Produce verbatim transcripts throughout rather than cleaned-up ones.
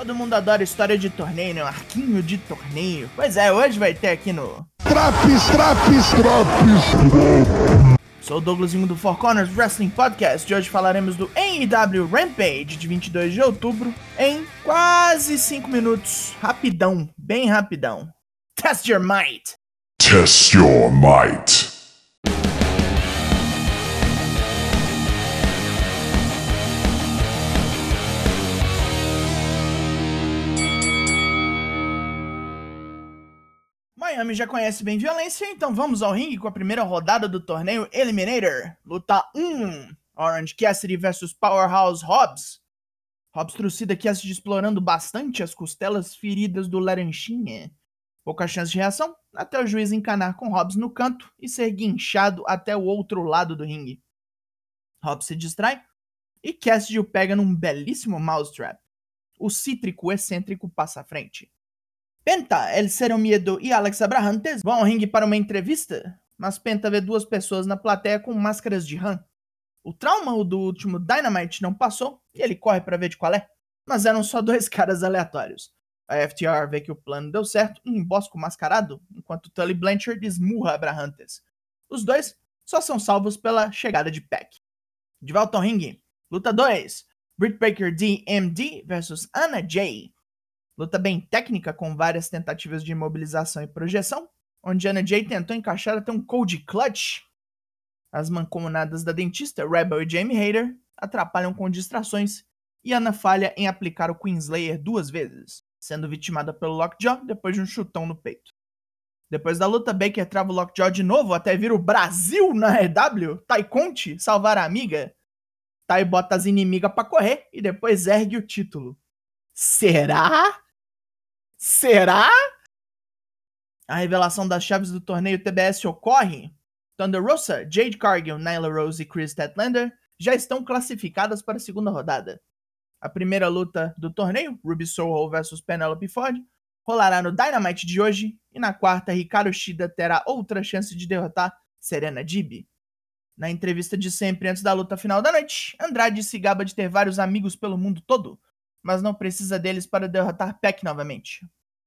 Todo mundo adora história de torneio, né? Um arquinho de torneio. Pois é, hoje vai ter aqui no... Traps, traps, traps. Sou o Douglasinho do Four Corners Wrestling Podcast e hoje falaremos do A E W Rampage de vinte e dois de outubro em quase cinco minutos. Rapidão, bem rapidão. Test your might. Test your might. Miami já conhece bem violência, então vamos ao ringue com a primeira rodada do torneio Eliminator. Luta um, Orange Cassidy versus Powerhouse Hobbs. Hobbs trucida Cassidy explorando bastante as costelas feridas do Laranjinha. Pouca chance de reação, até o juiz encanar com Hobbs no canto e ser guinchado até o outro lado do ringue. Hobbs se distrai e Cassidy o pega num belíssimo mousetrap. O cítrico excêntrico passa à frente. Penta, El Cero Miedo e Alex Abrahantes vão ao ringue para uma entrevista, mas Penta vê duas pessoas na plateia com máscaras de rã. O trauma do último Dynamite não passou e ele corre para ver de qual é, mas eram só dois caras aleatórios. A F T R vê que o plano deu certo e embosca o mascarado, enquanto Tully Blanchard esmurra Abrahantes. Os dois só são salvos pela chegada de Pac. De volta ao ringue, luta dois, Britt Baker D M D versus Anna Jay. Luta bem técnica, com várias tentativas de imobilização e projeção, onde Anna Jay tentou encaixar até um Cold Clutch. As mancomunadas da dentista Rebel e Jamie Hayter atrapalham com distrações, e Anna falha em aplicar o Queenslayer duas vezes, sendo vitimada pelo Lockjaw depois de um chutão no peito. Depois da luta, Baker trava o Lockjaw de novo até vir o Brasil na E W, Tai Conti salvar a amiga. Tai bota as inimigas pra correr e depois ergue o título. Será? Será? A revelação das chaves do torneio T B S ocorre. Thunder Rosa, Jade Cargill, Nyla Rose e Chris Statlander já estão classificadas para a segunda rodada. A primeira luta do torneio, Ruby Soho versus Penelope Ford, rolará no Dynamite de hoje, e na quarta, Hikaru Shida terá outra chance de derrotar Serena Deeb. Na entrevista de sempre antes da luta final da noite, Andrade se gaba de ter vários amigos pelo mundo todo, mas não precisa deles para derrotar Pac novamente.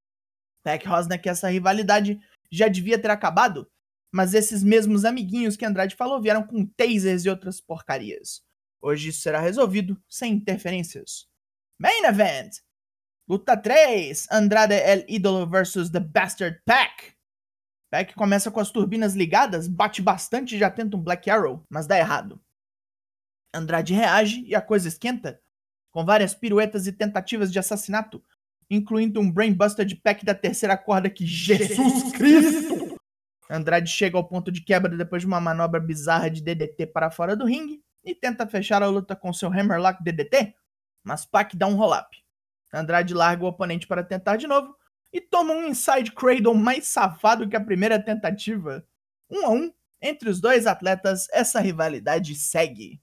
Pac rosna que essa rivalidade já devia ter acabado, mas esses mesmos amiguinhos que Andrade falou vieram com tasers e outras porcarias. Hoje isso será resolvido sem interferências. Main Event! Luta três, Andrade El Idolo versus The Bastard Pac. Pac começa com as turbinas ligadas, bate bastante e já tenta um Black Arrow, mas dá errado. Andrade reage e a coisa esquenta, com várias piruetas e tentativas de assassinato, incluindo um Brainbuster de Pac da terceira corda que Jesus Cristo! Andrade chega ao ponto de quebra depois de uma manobra bizarra de D D T para fora do ringue e tenta fechar a luta com seu Hammerlock D D T, mas Pac dá um roll-up. Andrade larga o oponente para tentar de novo e toma um Inside Cradle mais safado que a primeira tentativa. Um a um, entre os dois atletas, essa rivalidade segue.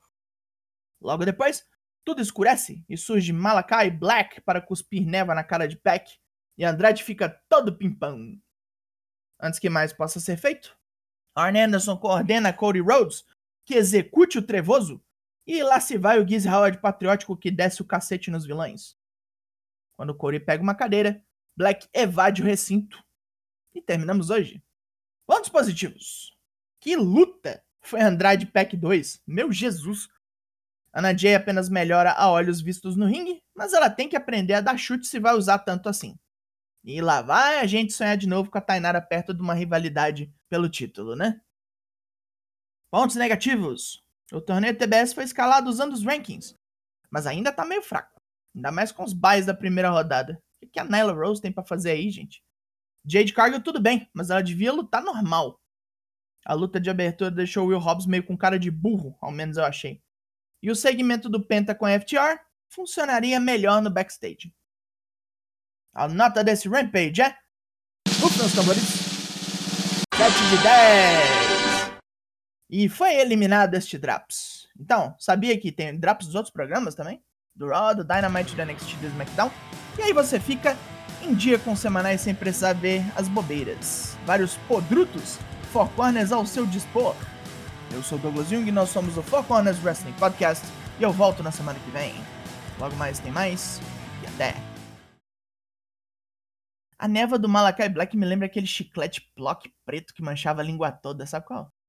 Logo depois, tudo escurece e surge Malakai Black para cuspir neva na cara de Pac, e Andrade fica todo pimpão. Antes que mais possa ser feito, Arn Anderson coordena Cody Rhodes, que execute o trevoso, e lá se vai o Giz Howard patriótico que desce o cacete nos vilões. Quando Cody pega uma cadeira, Black evade o recinto. E terminamos hoje. Pontos positivos. Que luta! Foi Andrade Pac dois, meu Jesus! Anna Jay apenas melhora a olhos vistos no ringue, mas ela tem que aprender a dar chute se vai usar tanto assim. E lá vai a gente sonhar de novo com a Tainara perto de uma rivalidade pelo título, né? Pontos negativos. O torneio T B S foi escalado usando os rankings, mas ainda tá meio fraco. Ainda mais com os buys da primeira rodada. O que a Nyla Rose tem pra fazer aí, gente? Jade Cargill tudo bem, mas ela devia lutar normal. A luta de abertura deixou o Will Hobbs meio com cara de burro, ao menos eu achei. E o segmento do Penta com F T R funcionaria melhor no backstage. A nota desse Rampage é... Rufem os tambores. sete de dez. E foi eliminado este Draps. Então, sabia que tem Draps dos outros programas também? Do Raw, do Dynamite, do N X T, do SmackDown. E aí você fica em dia com semanais sem precisar ver as bobeiras. Vários podrutos, Four Corners ao seu dispor. Eu sou o Douglas Jung e nós somos o Four Corners Wrestling Podcast e eu volto na semana que vem. Logo mais tem mais e até! A névoa do Malakai Black me lembra aquele chiclete Plock preto que manchava a língua toda, sabe qual?